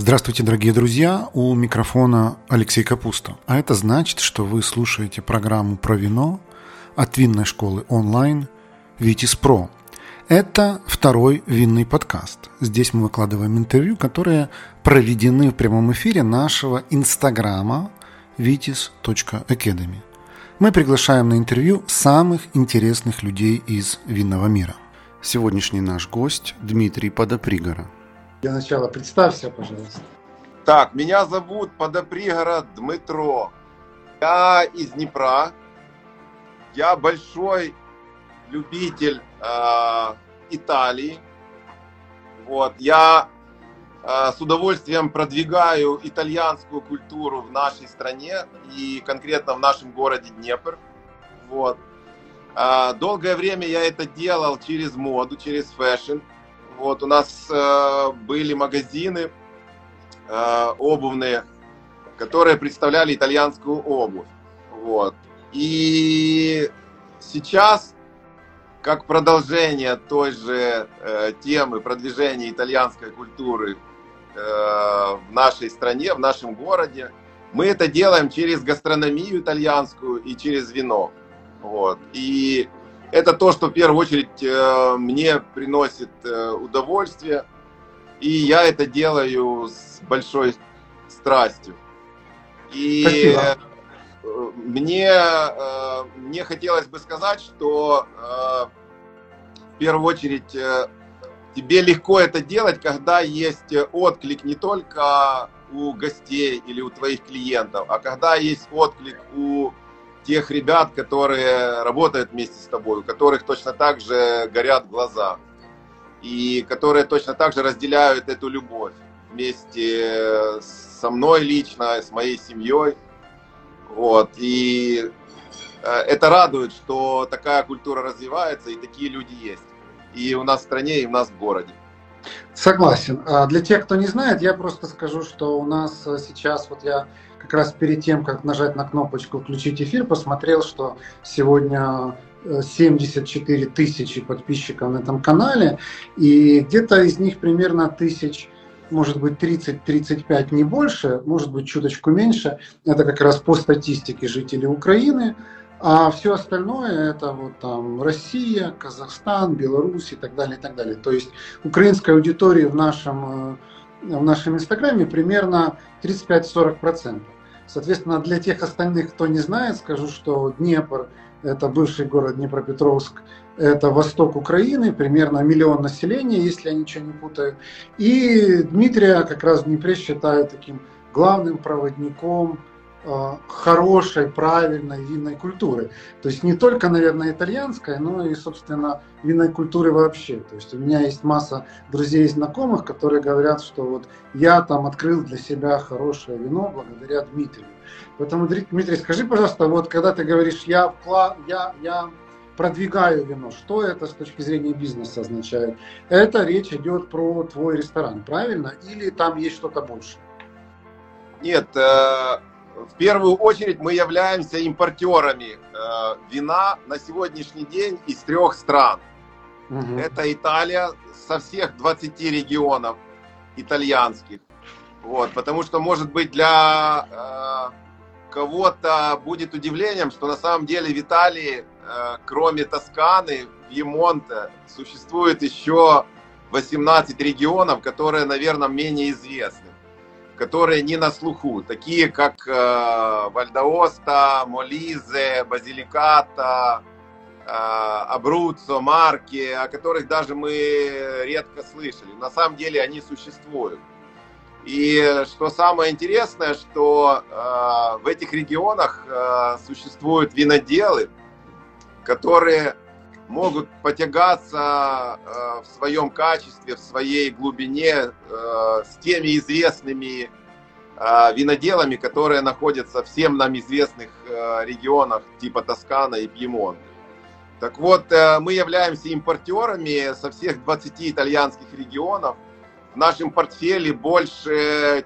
Здравствуйте, дорогие друзья! У микрофона Алексей Капуста. А это значит, что вы слушаете программу про вино от винной школы онлайн Vitis Pro. Это второй винный подкаст. Здесь мы выкладываем интервью, которые проведены в прямом эфире нашего инстаграма vitis.academy. Мы приглашаем на интервью самых интересных людей из винного мира. Сегодняшний наш гость Дмитрий Подопригора. Для начала представься, пожалуйста. Так, меня зовут Подопригора Дмитро. Я из Днепра. Я большой любитель Италии. Я с удовольствием продвигаю итальянскую культуру в нашей стране и конкретно в нашем городе Днепр. Долгое время я это делал через моду, через фэшн. У нас были магазины обувные, которые представляли итальянскую обувь. И сейчас, как продолжение той же темы продвижения итальянской культуры в нашей стране, в нашем городе, мы это делаем через гастрономию итальянскую и через вино. И это то, что в первую очередь мне приносит удовольствие, и я это делаю с большой страстью. И мне хотелось бы сказать, что в первую очередь тебе легко это делать, когда есть отклик не только у гостей или у твоих клиентов, а когда есть отклик у тех ребят, которые работают вместе с тобой, у которых точно так же горят глаза, и которые точно так же разделяют эту любовь вместе со мной лично, с моей семьей. И это радует, что такая культура развивается, и такие люди есть. И у нас в стране, и у нас в городе. Согласен. Для тех, кто не знает, я просто скажу, что у нас сейчас, я как раз перед тем, как нажать на кнопочку «Включить эфир», посмотрел, что сегодня 74 тысячи подписчиков на этом канале, и где-то из них примерно тысяч, может быть, 30-35, не больше, может быть, чуточку меньше. Это как раз по статистике жителей Украины, а все остальное это Россия, Казахстан, Беларусь и так далее, и так далее. То есть украинской аудитории в нашем инстаграме примерно 35-40%. Соответственно, для тех остальных, кто не знает, скажу, что Днепр – это бывший город Днепропетровск, это восток Украины, примерно 1 миллион населения, если я ничего не путаю. И Дмитрия как раз в Днепре считают таким главным проводником хорошей, правильной винной культуры. То есть не только, наверное, итальянской, но и, собственно, винной культуры вообще. То есть у меня есть масса друзей и знакомых, которые говорят, что я открыл для себя хорошее вино благодаря Дмитрию. Поэтому, Дмитрий, скажи, пожалуйста, когда ты говоришь, я продвигаю вино, что это с точки зрения бизнеса означает? Это речь идет про твой ресторан, правильно? Или там есть что-то больше? Нет, в первую очередь мы являемся импортерами вина на сегодняшний день из 3 стран. Угу. Это Италия со всех 20 регионов итальянских. Потому что, может быть, для кого-то будет удивлением, что на самом деле в Италии, кроме Тосканы, Пьемонта, существует еще 18 регионов, которые, наверное, менее известны, которые не на слуху, такие как Вальд'Аоста, Молизе, Базиликата, Абруццо, Марки, о которых даже мы редко слышали. На самом деле они существуют. И что самое интересное, что в этих регионах существуют виноделы, которые могут потягаться в своем качестве, в своей глубине с теми известными виноделами, которые находятся в всем нам известных регионах типа Тоскана и Пьемонта. Так мы являемся импортерами со всех 20 итальянских регионов. В нашем портфеле больше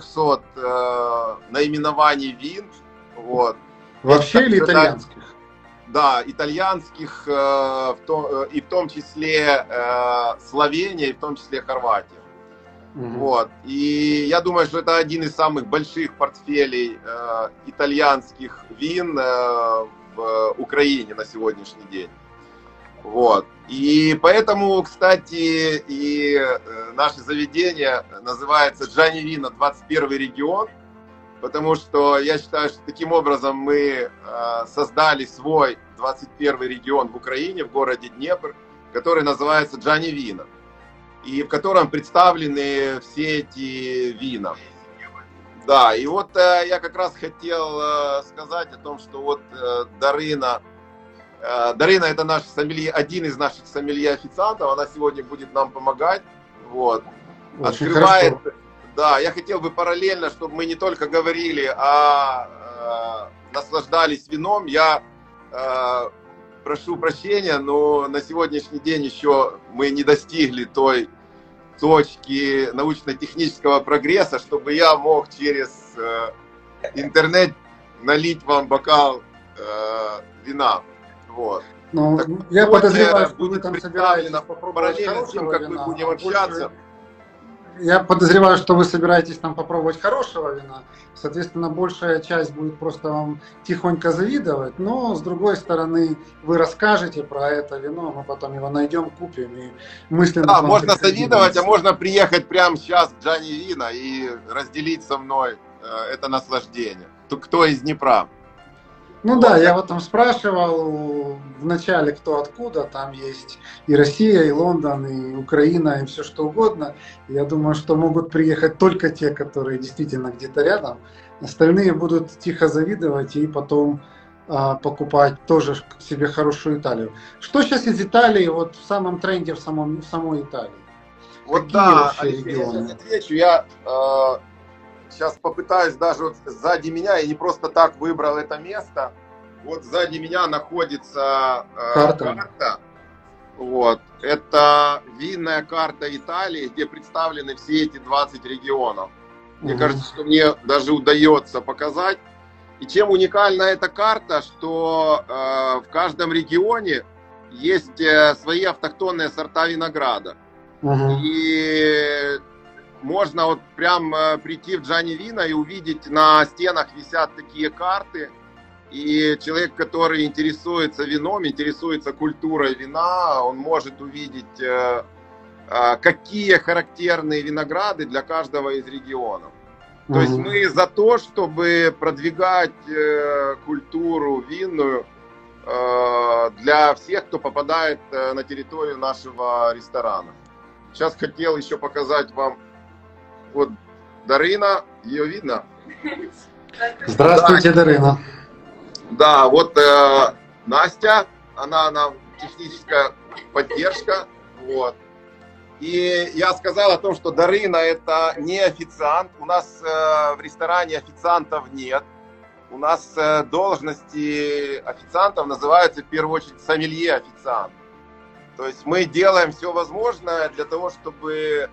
400 наименований вин. Вообще или итальянских? Да, итальянских, и в том числе Словения, и в том числе Хорватия. Вот. И я думаю, что это один из самых больших портфелей итальянских вин в Украине на сегодняшний день. Вот. И поэтому, кстати, и наше заведение называется Джани Вина 21 регион, потому что я считаю, что таким образом мы создали свой 21 регион в Украине, в городе Днепр, который называется Джани Вина, и в котором представлены все эти вина. Да, и вот я как раз хотел сказать о том, что вот Дарина это наш сомелье, один из наших сомелье-официантов, она сегодня будет нам помогать. Вот. Открывает. Хорошо. Да, я хотел бы параллельно, чтобы мы не только говорили, а наслаждались вином. Я прошу прощения, но на сегодняшний день еще мы не достигли той точки научно-технического прогресса, чтобы я мог через интернет налить вам бокал вина. Вот. Ну, так, я подозреваю, что вы там собираетесь попробовать хорошего как вина. Мы будем общаться. Я подозреваю, что вы собираетесь там попробовать хорошего вина. Соответственно, большая часть будет просто вам тихонько завидовать. Но, с другой стороны, вы расскажете про это вино, мы потом его найдем, купим и мысленно... Да, можно завидовать, а можно приехать прямо сейчас к Джани Вина и разделить со мной это наслаждение. Кто из Днепра? Ну да, я вот там спрашивал в начале, кто откуда, там есть и Россия, и Лондон, и Украина, и все что угодно. Я думаю, что могут приехать только те, которые действительно где-то рядом. Остальные будут тихо завидовать и потом покупать тоже себе хорошую Италию. Что сейчас из Италии, вот в самом тренде в самой Италии? Вот какие да, Алексей, я сейчас отвечу. Я сейчас попытаюсь даже вот сзади меня, я не просто так выбрал это место. Вот сзади меня находится карта. Вот. Это винная карта Италии, где представлены все эти 20 регионов. Мне кажется, что мне даже удается показать. И чем уникальна эта карта, что в каждом регионе есть свои автохтонные сорта винограда. И можно вот прям прийти в Джани Вина и увидеть, на стенах висят такие карты. И человек, который интересуется вином, интересуется культурой вина, он может увидеть, какие характерные винограды для каждого из регионов. То есть мы за то, чтобы продвигать культуру винную для всех, кто попадает на территорию нашего ресторана. Сейчас хотел еще показать вам. Вот Дарина, ее видно? Здравствуйте, Дарина. Да, вот Настя, она нам техническая поддержка. Вот. И я сказал о том, что Дарина это не официант. У нас в ресторане официантов нет. У нас должности официантов называются в первую очередь сомелье-официант. То есть мы делаем все возможное для того, чтобы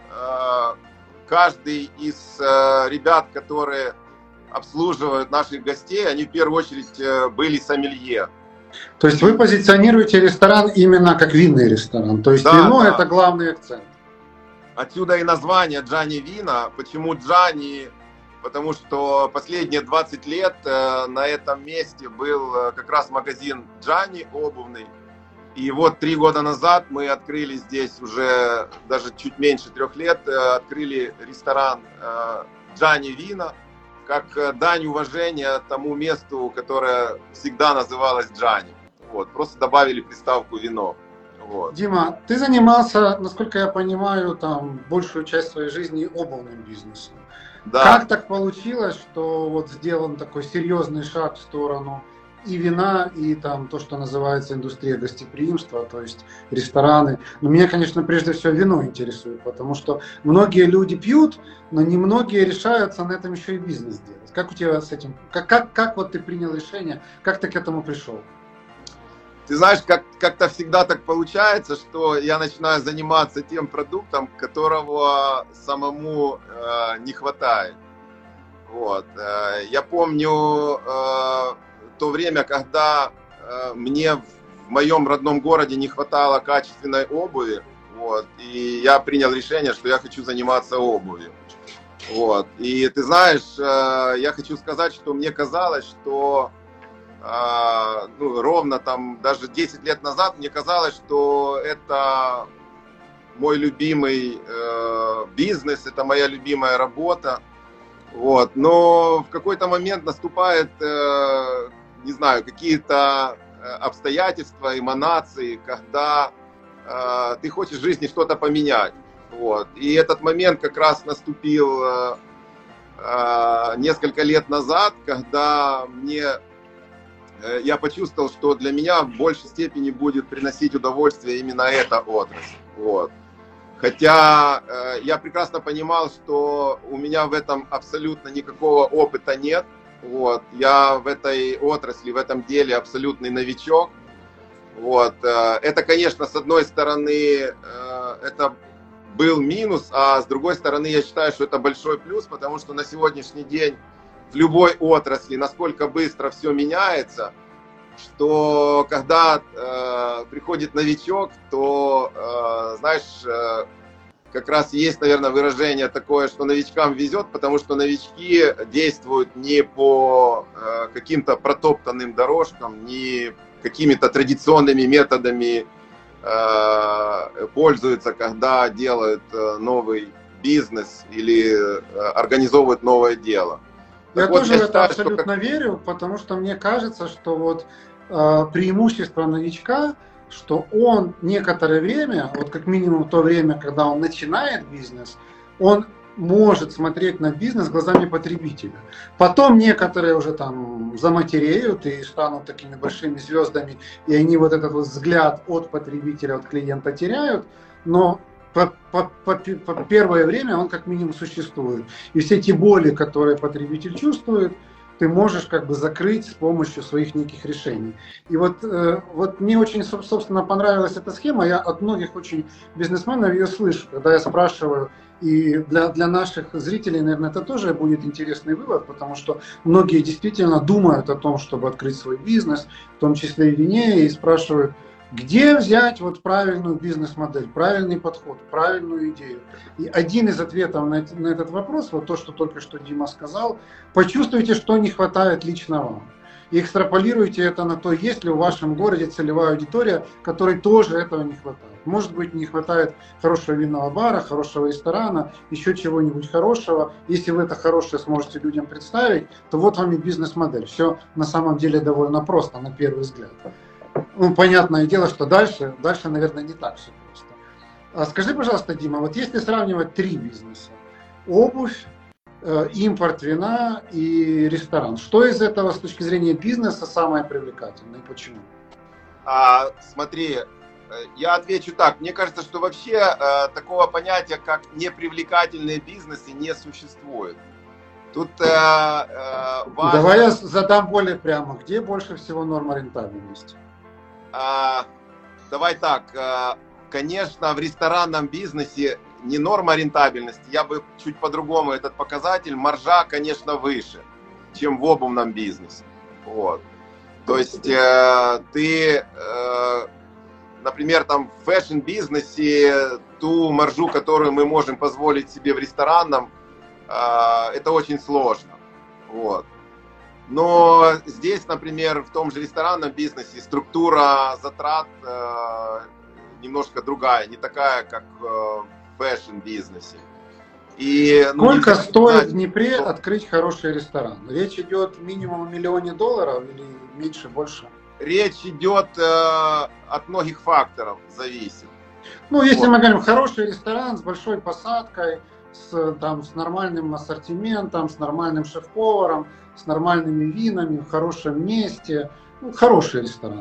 каждый из ребят, которые обслуживают наших гостей, они в первую очередь были сомелье. То есть вы позиционируете ресторан именно как винный ресторан, то есть да, вино да. Это главный акцент. Отсюда и название Джани Вина. Почему Джани? Потому что последние 20 лет на этом месте был как раз магазин Джани обувный. И вот 3 года назад мы открыли здесь, уже даже чуть меньше 3 лет, открыли ресторан Джани Вина, как дань уважения тому месту, которое всегда называлось Джани. Вот, просто добавили приставку вино. Вот. Дима, ты занимался, насколько я понимаю, там большую часть своей жизни обувным бизнесом. Да. Как так получилось, что вот сделан такой серьезный шаг в сторону и вина, и там то, что называется индустрия гостеприимства, то есть рестораны. Но меня, конечно, прежде всего вино интересует, потому что многие люди пьют, но немногие решаются на этом еще и бизнес делать. Как у тебя с этим? Как вот ты принял решение? Как ты к этому пришел? Ты знаешь, как-то всегда так получается, что я начинаю заниматься тем продуктом, которого самому не хватает. Вот. Я помню то время, когда мне в моем родном городе не хватало качественной обуви. вот, и я принял решение, что я хочу заниматься обувью. Вот. И ты знаешь, я хочу сказать, что мне казалось, что ровно там даже 10 лет назад мне казалось, что это мой любимый бизнес, это моя любимая работа. Вот. Но в какой-то момент наступает, не знаю, какие-то обстоятельства, эманации, когда ты хочешь в жизни что-то поменять. Вот. И этот момент как раз наступил несколько лет назад, когда я почувствовал, что для меня в большей степени будет приносить удовольствие именно эта отрасль. Вот. Хотя я прекрасно понимал, что у меня в этом абсолютно никакого опыта нет. Вот. Я в этой отрасли, в этом деле абсолютный новичок. Вот. Это, конечно, с одной стороны, это был минус, а с другой стороны, я считаю, что это большой плюс, потому что на сегодняшний день в любой отрасли насколько быстро все меняется, что когда приходит новичок, то, знаешь, как раз есть, наверное, выражение такое, что новичкам везет, потому что новички действуют не по каким-то протоптанным дорожкам, не какими-то традиционными методами пользуются, когда делают новый бизнес или организовывают новое дело. Я тоже в это абсолютно верю, потому что мне кажется, что вот преимущество новичка, что он некоторое время, вот как минимум то время, когда он начинает бизнес, он может смотреть на бизнес глазами потребителя. Потом некоторые уже там заматереют и станут такими большими звездами, и они вот этот вот взгляд от потребителя, от клиента теряют, но по первое время он как минимум существует. И все те боли, которые потребитель чувствует, ты можешь как бы закрыть с помощью своих неких решений. И вот мне очень, собственно, понравилась эта схема. Я от многих очень бизнесменов ее слышу, когда я спрашиваю, и для наших зрителей, наверное, это тоже будет интересный вывод, потому что многие действительно думают о том, чтобы открыть свой бизнес, в том числе и вине, и спрашивают, где взять вот правильную бизнес-модель, правильный подход, правильную идею. И один из ответов на этот вопрос, вот то, что только что Дима сказал, почувствуйте, что не хватает лично вам. И экстраполируйте это на то, есть ли в вашем городе целевая аудитория, которой тоже этого не хватает. Может быть, не хватает хорошего винного бара, хорошего ресторана, еще чего-нибудь хорошего. Если вы это хорошее сможете людям представить, то вот вам и бизнес-модель. Все на самом деле довольно просто, на первый взгляд. Ну, понятное дело, что дальше, наверное, не так все просто. А скажи, пожалуйста, Дима, вот если сравнивать три бизнеса, обувь, импорт вина и ресторан, что из этого с точки зрения бизнеса самое привлекательное и почему? Смотри, я отвечу так. Мне кажется, что вообще такого понятия, как непривлекательные бизнесы, не существует. Тут важно... Давай я задам более прямо. Где больше всего норма рентабельности? Давай так. Конечно, в ресторанном бизнесе не норма рентабельности. Я бы чуть по-другому этот показатель. Маржа, конечно, выше, чем в обувном бизнесе. Вот. То есть ты, например, там в фэшн-бизнесе ту маржу, которую мы можем позволить себе в ресторанном, это очень сложно. Вот. Но здесь, например, в том же ресторанном бизнесе структура затрат немножко другая, не такая, как в фэшн-бизнесе. И, сколько стоит в Днепре открыть хороший ресторан? Речь идет минимум $1 миллион или меньше, больше? Речь идет от многих факторов, зависит. Ну, если мы говорим хороший ресторан с большой посадкой, с нормальным ассортиментом, с нормальным шеф-поваром, с нормальными винами, в хорошем месте. Ну, хороший ресторан.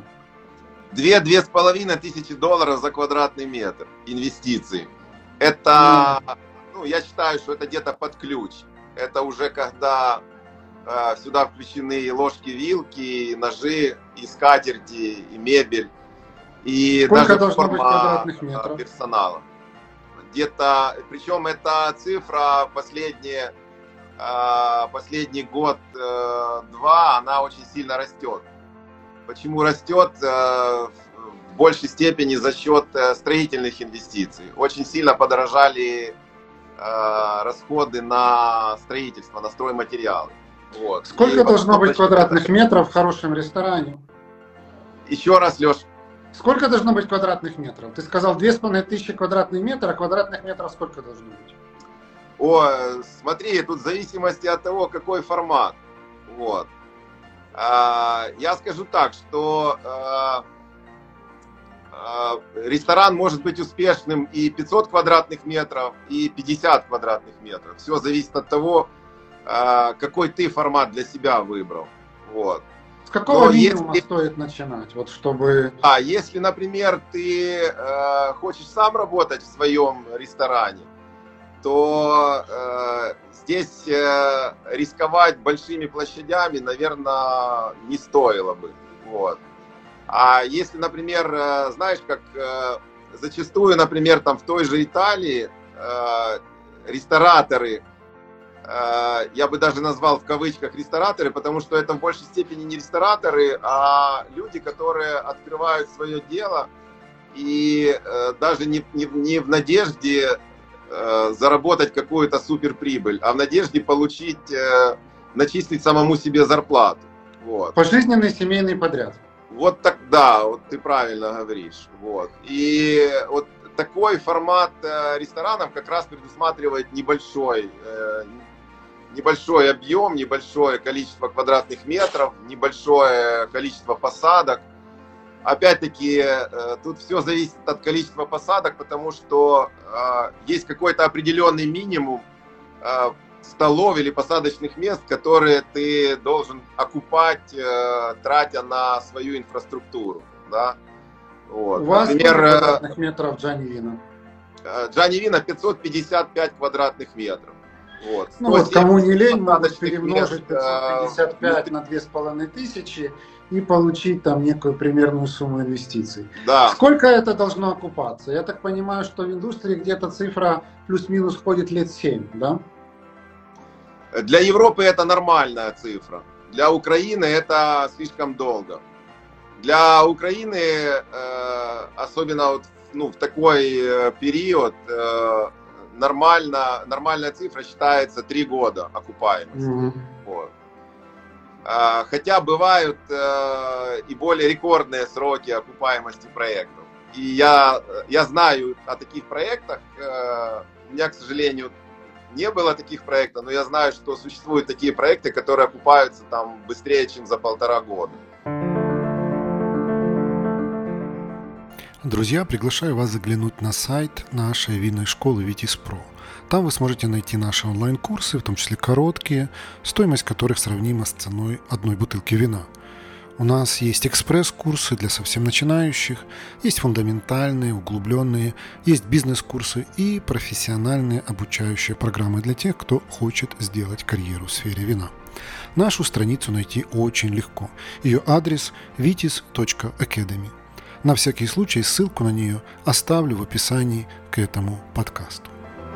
2-2,5 тысячи долларов за квадратный метр инвестиций. Это, я считаю, что это где-то под ключ. Это уже когда сюда включены и ложки, вилки, и ножи, и скатерти, и мебель, и сколько даже должно быть форма квадратных метров? Персонала. Где-то, причем эта цифра последний год-два, она очень сильно растет. Почему растет? В большей степени за счет строительных инвестиций. Очень сильно подорожали расходы на строительство, на стройматериалы. Вот. Сколько должно быть квадратных метров в хорошем ресторане? Еще раз, Леш. Сколько должно быть квадратных метров? Ты сказал 2500 квадратных метров, а квадратных метров сколько должно быть? Смотри, тут в зависимости от того, какой формат. Вот. Я скажу так, что ресторан может быть успешным и 500 квадратных метров, и 50 квадратных метров. Все зависит от того, какой ты формат для себя выбрал. Вот. С какого минимума стоит начинать? Вот чтобы... Если, например, ты хочешь сам работать в своем ресторане, то здесь рисковать большими площадями, наверное, не стоило бы. Вот. А если, например, знаешь, как зачастую, например, там в той же Италии рестораторы, я бы даже назвал в кавычках рестораторы, потому что это в большей степени не рестораторы, а люди, которые открывают свое дело и даже не в надежде заработать какую-то суперприбыль, а в надежде получить, начислить самому себе зарплату. Вот. Пожизненный семейный подряд. Вот так, да, вот ты правильно говоришь. Вот. И вот такой формат ресторанов как раз предусматривает небольшой объем, небольшое количество квадратных метров, небольшое количество посадок. Опять-таки, тут все зависит от количества посадок, потому что есть какой-то определенный минимум столов или посадочных мест, которые ты должен окупать, тратя на свою инфраструктуру. Да? Вот. У вас сколько квадратных метров Джани Вино? Джани Вино 555 квадратных метров. Вот. Ну вот кому не лень, могут перемножить 555 на 2500 и получить там некую примерную сумму инвестиций. Да. Сколько это должно окупаться? Я так понимаю, что в индустрии где-то цифра плюс-минус ходит лет 7, да? Для Европы это нормальная цифра. Для Украины это слишком долго. Для Украины, особенно вот, в такой период, нормальная цифра считается 3 года окупаемости. Mm-hmm. Вот. Хотя бывают и более рекордные сроки окупаемости проектов. И я знаю о таких проектах. У меня, к сожалению, не было таких проектов, но я знаю, что существуют такие проекты, которые окупаются там быстрее, чем за 1,5 года. Друзья, приглашаю вас заглянуть на сайт нашей винной школы Vitis Pro. Там вы сможете найти наши онлайн-курсы, в том числе короткие, стоимость которых сравнима с ценой одной бутылки вина. У нас есть экспресс-курсы для совсем начинающих, есть фундаментальные, углубленные, есть бизнес-курсы и профессиональные обучающие программы для тех, кто хочет сделать карьеру в сфере вина. Нашу страницу найти очень легко. Ее адрес vitis.academy. На всякий случай ссылку на нее оставлю в описании к этому подкасту.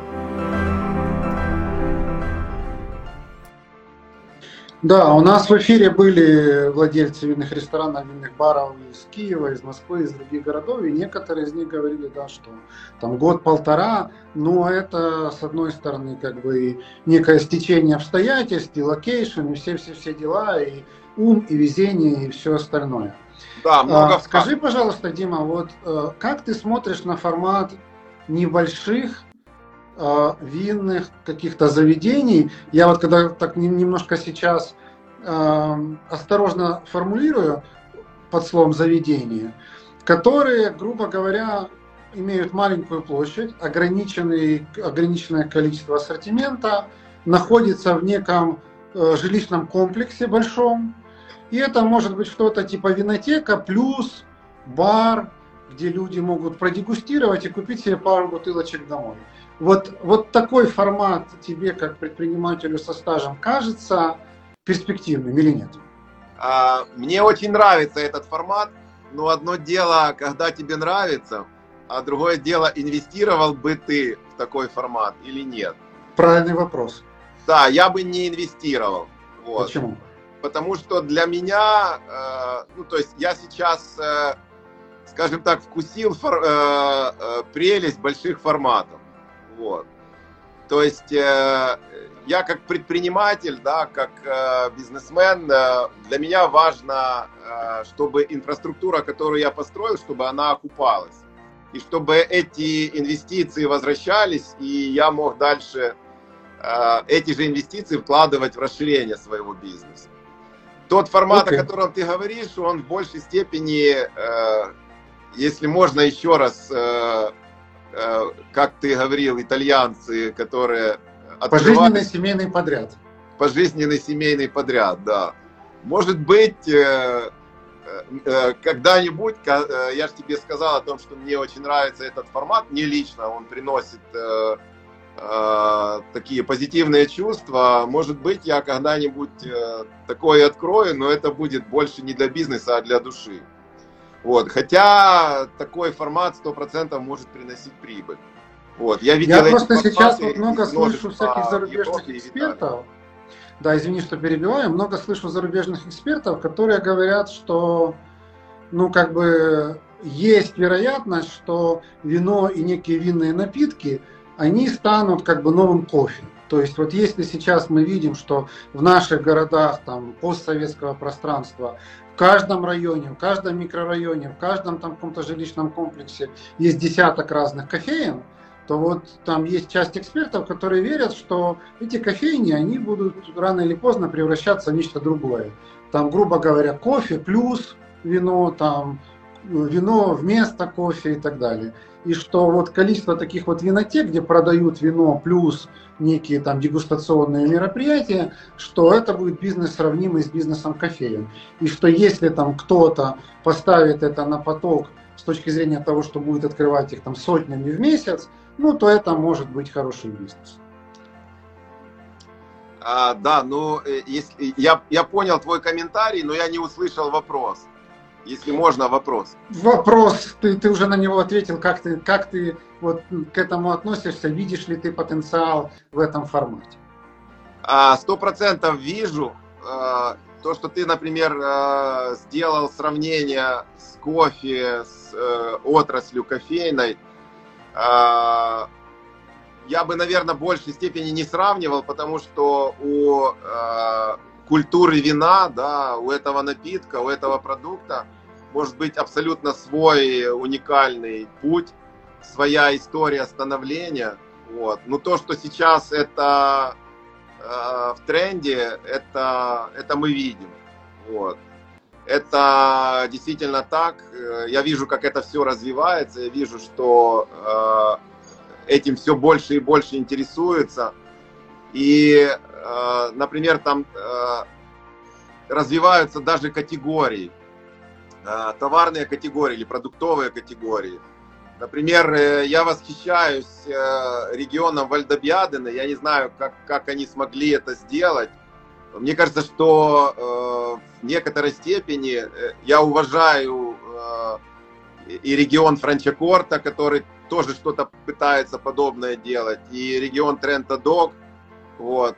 Да, у нас в эфире были владельцы винных ресторанов, винных баров из Киева, из Москвы, из других городов, и некоторые из них говорили, да, что там год-полтора, но это, с одной стороны, как бы некое стечение обстоятельств, и локейшн, и все дела, и ум, и везение, и все остальное. Да, много. Скажи, пожалуйста, Дима, вот как ты смотришь на формат небольших винных каких-то заведений? Я вот когда так немножко сейчас осторожно формулирую под словом заведение, которые, грубо говоря, имеют маленькую площадь, ограниченное количество ассортимента, находятся в неком жилищном комплексе большом, и это может быть что-то типа винотека плюс бар, где люди могут продегустировать и купить себе пару бутылочек домой. Вот такой формат тебе, как предпринимателю со стажем, кажется перспективным или нет? Мне очень нравится этот формат, но одно дело, когда тебе нравится, а другое дело, инвестировал бы ты в такой формат или нет. Правильный вопрос. Да, я бы не инвестировал. Вот. Почему? Потому что для меня, то есть я сейчас скажем так, вкусил прелесть больших форматов. Вот. То есть я как предприниматель, да, как бизнесмен, для меня важно, чтобы инфраструктура, которую я построил, чтобы она окупалась. И чтобы эти инвестиции возвращались, и я мог дальше эти же инвестиции вкладывать в расширение своего бизнеса. Тот формат, о котором ты говоришь, он в большей степени, если можно еще раз, как ты говорил, итальянцы, которые пожизненный семейный подряд. Пожизненный семейный подряд, да. Может быть, когда-нибудь, я же тебе сказал о том, что мне очень нравится этот формат, мне лично он приносит такие позитивные чувства. Может быть, я когда-нибудь такое открою, но это будет больше не для бизнеса, а для души. Вот. Хотя такой формат 100% может приносить прибыль. Вот. Я просто сейчас вот много слышу всяких зарубежных экспертов. Да, извини, что перебиваю. Много слышу зарубежных экспертов, которые говорят, что есть вероятность, что вино и некие винные напитки, они станут новым кофе. То есть вот если сейчас мы видим, что в наших городах постсоветского пространства в каждом районе, в каждом микрорайоне, в каждом каком-то жилищном комплексе есть десяток разных кофеен, то вот там есть часть экспертов, которые верят, что эти кофейни, они будут рано или поздно превращаться в нечто другое. Грубо говоря, кофе плюс вино, вино вместо кофе и так далее. И что вот количество таких вот винотек, где продают вино плюс некие дегустационные мероприятия, что это будет бизнес, сравнимый с бизнесом кофеен. И что если кто-то поставит это на поток с точки зрения того, что будет открывать их сотнями в месяц, то это может быть хороший бизнес. Да, если, я понял твой комментарий, но я не услышал вопрос. Если можно, вопрос. Вопрос, ты уже на него ответил, как ты вот к этому относишься, видишь ли ты потенциал в этом формате? 100% вижу. То, что ты, например, сделал сравнение с кофе, с отраслью кофейной, я бы, наверное, в большей степени не сравнивал, потому что у культуры вина, да, у этого напитка, у этого продукта может быть абсолютно свой уникальный путь, своя история становления. Вот. Но то, что сейчас это в тренде, это мы видим. Вот. Это действительно так. Я вижу, как это все развивается, я вижу, что этим все больше и больше интересуются. И, например, развиваются даже категории, товарные категории или продуктовые категории. Например, я восхищаюсь регионом Вальдобьядене. Я не знаю, как они смогли это сделать. Мне кажется, что в некоторой степени я уважаю и регион Франчакорта, который тоже что-то пытается подобное делать, и регион Тренто-Дог. Вот.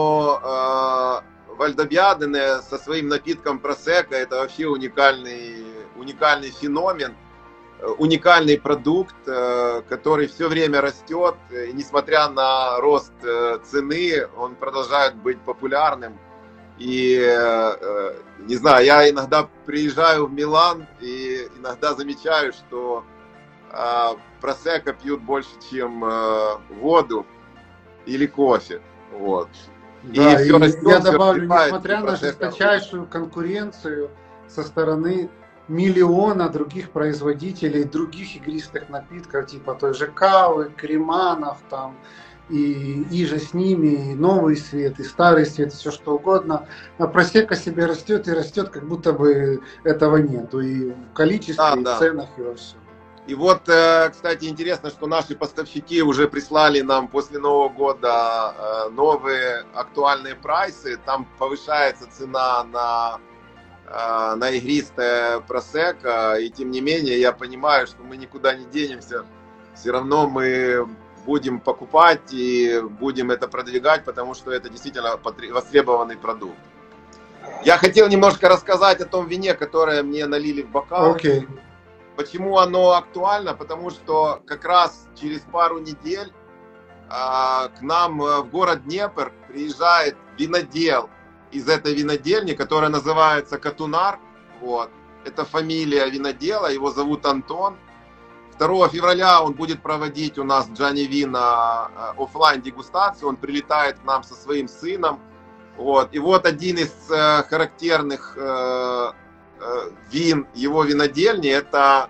Но Вальдобьядене со своим напитком Просекко — это вообще уникальный феномен, уникальный продукт, который все время растет, и несмотря на рост цены, он продолжает быть популярным. И не знаю, я иногда приезжаю в Милан и иногда замечаю, что Просекко пьют больше, чем воду или кофе. Вот. Да, и я добавлю, несмотря на жесточайшую конкуренцию со стороны миллиона других производителей, других игристых напитков, типа той же кавы, креманов, и же с ними, и новый свет, и старый свет, и все что угодно. А Просекко себе растет и растет, как будто бы этого нету. И в количестве, и в ценах, и во всем. И вот, кстати, интересно, что наши поставщики уже прислали нам после Нового года новые актуальные прайсы. Там повышается цена на игристое Просекко. И тем не менее, я понимаю, что мы никуда не денемся. Все равно мы будем покупать и будем это продвигать, потому что это действительно востребованный продукт. Я хотел немножко рассказать о том вине, которое мне налили в бокал. Okay. Почему оно актуально? Потому что как раз через пару недель к нам в город Днепр приезжает винодел из этой винодельни, которая называется Катунар. Вот. Это фамилия винодела, его зовут Антон. 2 февраля он будет проводить у нас в Джани Вина офлайн дегустацию. Он прилетает к нам со своим сыном. Вот. И вот один из характерных вин его винодельни — это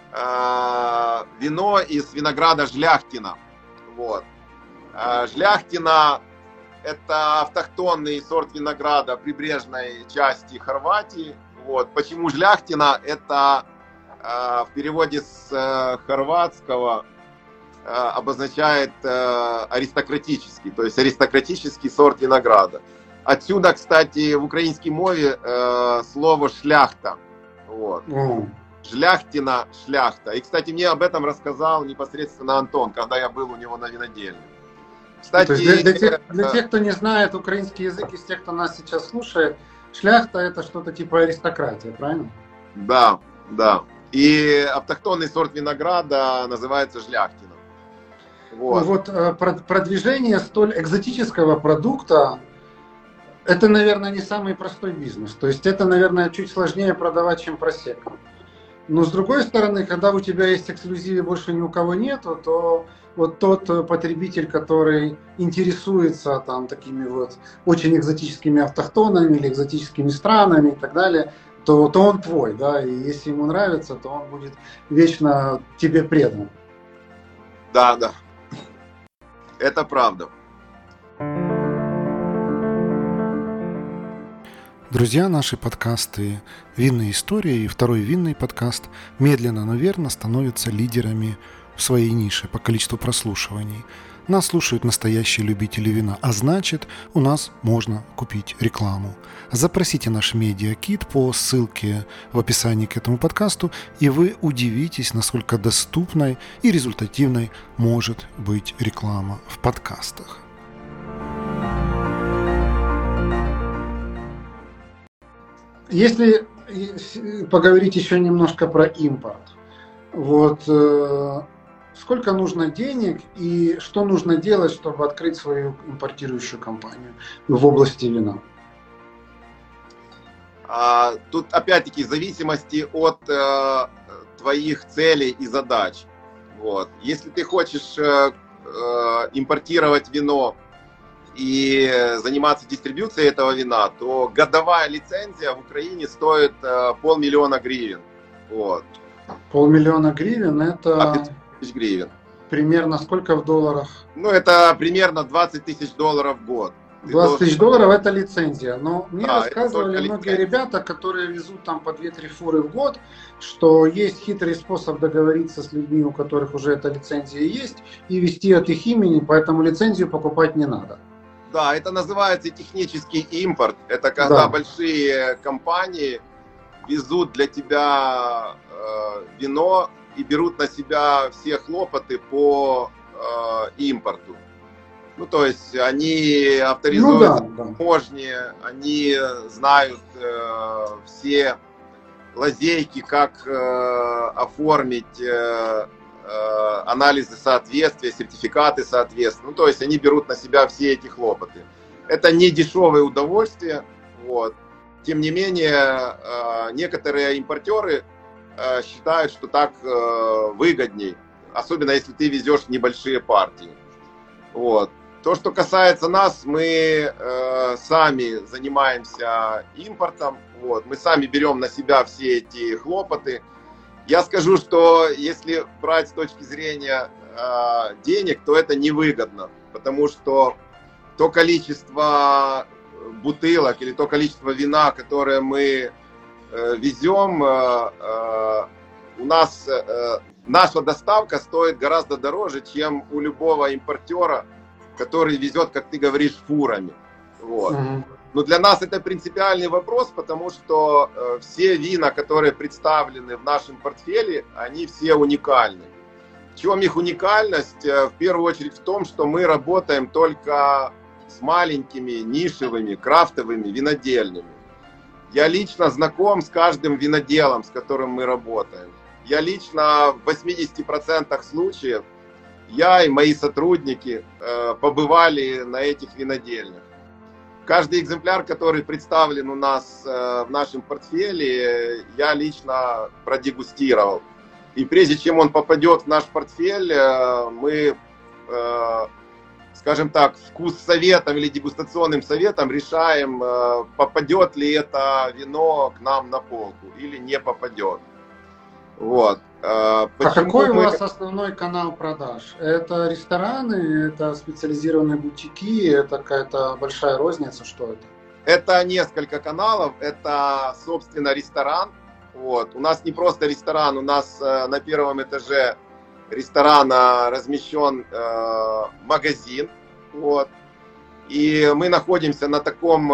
вино из винограда Жляхтина. Вот. Жляхтина — это автохтонный сорт винограда прибрежной части Хорватии. Вот. Почему Жляхтина? Это в переводе с хорватского обозначает аристократический, то есть аристократический сорт винограда. Отсюда, кстати, в украинской мове слово «шляхта». Вот. Жляхтина, шляхта. И, кстати, мне об этом рассказал непосредственно Антон, когда я был у него на винодельне. Кстати, для тех, кто не знает украинский язык, из тех, кто нас сейчас слушает, шляхта — это что-то типа аристократия, правильно? Да, да. И автохтонный сорт винограда называется Жляхтина. Вот. Вот продвижение столь экзотического продукта — это, наверное, не самый простой бизнес. То есть это, наверное, чуть сложнее продавать, чем просекко. Но с другой стороны, когда у тебя есть эксклюзив и больше ни у кого нету, то вот тот потребитель, который интересуется там такими вот очень экзотическими автохтонами или экзотическими странами и так далее, то он твой, да, и если ему нравится, то он будет вечно тебе предан. Да, да. Это правда. Друзья, наши подкасты «Винные истории» и второй винный подкаст медленно, но верно становятся лидерами в своей нише по количеству прослушиваний. Нас слушают настоящие любители вина, а значит, у нас можно купить рекламу. Запросите наш медиакит по ссылке в описании к этому подкасту, и вы удивитесь, насколько доступной и результативной может быть реклама в подкастах. Если поговорить еще немножко про импорт, вот сколько нужно денег и что нужно делать, чтобы открыть свою импортирующую компанию в области вина? Тут опять-таки в зависимости от твоих целей и задач. Вот. Если ты хочешь импортировать вино и заниматься дистрибьюцией этого вина, то годовая лицензия в Украине стоит 500 000 гривен. Вот. 500 000 гривен — это 500 000 гривен. Примерно сколько в долларах? Ну, это примерно 20 000 долларов в год. 20 000 долларов — это лицензия. Но мне Да, рассказывали многие ребята, которые везут там по 2-3 фуры в год, что есть хитрый способ договориться с людьми, у которых уже эта лицензия есть, и вести от их имени, поэтому лицензию покупать не надо. Да, это называется технический импорт. Это когда большие компании везут для тебя вино и берут на себя все хлопоты по импорту. Ну, то есть они авторизуют таможни, они знают все лазейки, как оформить анализы соответствия, сертификаты соответствия. Ну, то есть они берут на себя все эти хлопоты. Это не дешевое удовольствие. Вот. Тем не менее, некоторые импортеры считают, что так выгодней, особенно если ты везешь небольшие партии. Вот. То, что касается нас, мы сами занимаемся импортом. Вот. Мы сами берем на себя все эти хлопоты. Я скажу, что если брать с точки зрения денег, то это невыгодно, потому что то количество бутылок или то количество вина, которое мы везем, у нас наша доставка стоит гораздо дороже, чем у любого импортера, который везет, как ты говоришь, фурами. Вот. Но для нас это принципиальный вопрос, потому что все вина, которые представлены в нашем портфеле, они все уникальны. В чем их уникальность? В первую очередь в том, что мы работаем только с маленькими, нишевыми, крафтовыми винодельнями. Я лично знаком с каждым виноделом, с которым мы работаем. я лично в 80% случаев, я и мои сотрудники побывали на этих винодельнях. Каждый экземпляр, который представлен у нас в нашем портфеле, я лично продегустировал. И прежде чем он попадет в наш портфель, мы, скажем так, вкус-советом или дегустационным советом решаем, попадет ли это вино к нам на полку или не попадет. Вот. А какой у вас основной канал продаж? Это рестораны, это специализированные бутики, это какая-то большая розница, что это? Это несколько каналов, это, собственно, ресторан. Вот. У нас не просто ресторан, у нас на первом этаже ресторана размещен магазин. Вот. И мы находимся на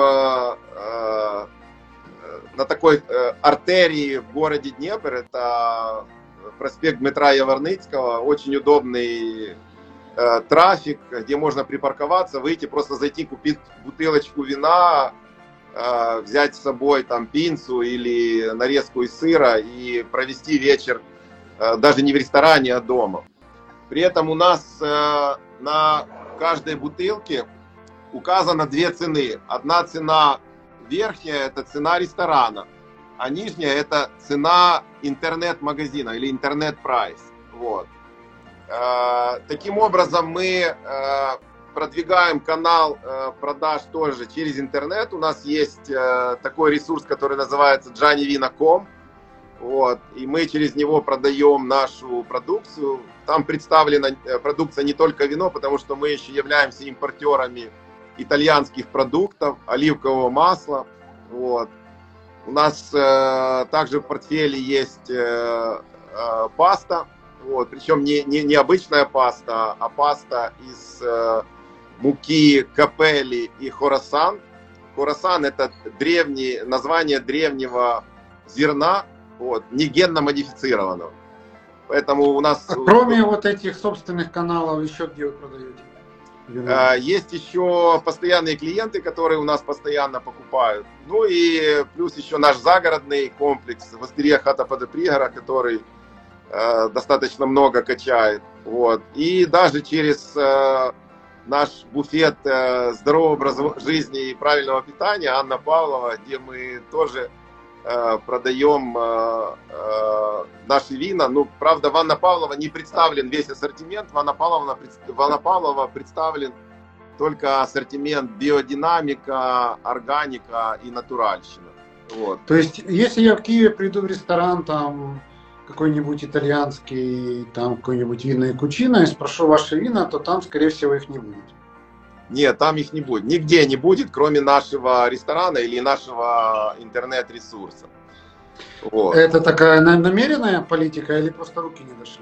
такой артерии в городе Днепр. Это проспект Дмитра Яворницкого, очень удобный трафик, где можно припарковаться, выйти, просто зайти, купить бутылочку вина, взять с собой там пинцу или нарезку из сыра и провести вечер даже не в ресторане, а дома. При этом у нас на каждой бутылке указано две цены. Одна цена верхняя, это цена ресторана, а нижняя это цена интернет-магазина или интернет-прайс. Вот. Таким образом мы продвигаем канал продаж тоже через интернет. У нас есть такой ресурс, который называется johnnyvino.com. Вот. И мы через него продаем нашу продукцию. Там представлена продукция не только вино, потому что мы еще являемся импортерами итальянских продуктов, оливкового масла. Вот. У нас также в портфеле есть паста, вот, причем не обычная паста, а паста из муки капелли и хорасан. Хорасан — это название древнего зерна, вот, не генно модифицированного. Поэтому у нас... Кроме вот этих собственных каналов, еще где вы продаете? Есть еще постоянные клиенты, которые у нас постоянно покупают. Ну и плюс еще наш загородный комплекс в Остерия Хата Подопригора, который достаточно много качает. Вот. И даже через наш буфет здорового образа жизни и правильного питания Анна Павлова, где мы тоже продаем наши вина. Ну, правда, в Анна Павлова не представлен весь ассортимент. В Анна Павлова представлен только ассортимент биодинамика, органика и натуральщина. Вот. То есть, если я в Киеве приду в ресторан, там какой-нибудь итальянский, там какой-нибудь винный кучино, и спрошу ваши вина, то там, скорее всего, их не будет. Нет, там их не будет. Нигде не будет, кроме нашего ресторана или нашего интернет-ресурса. Вот. Это такая намеренная политика или просто руки не дошли?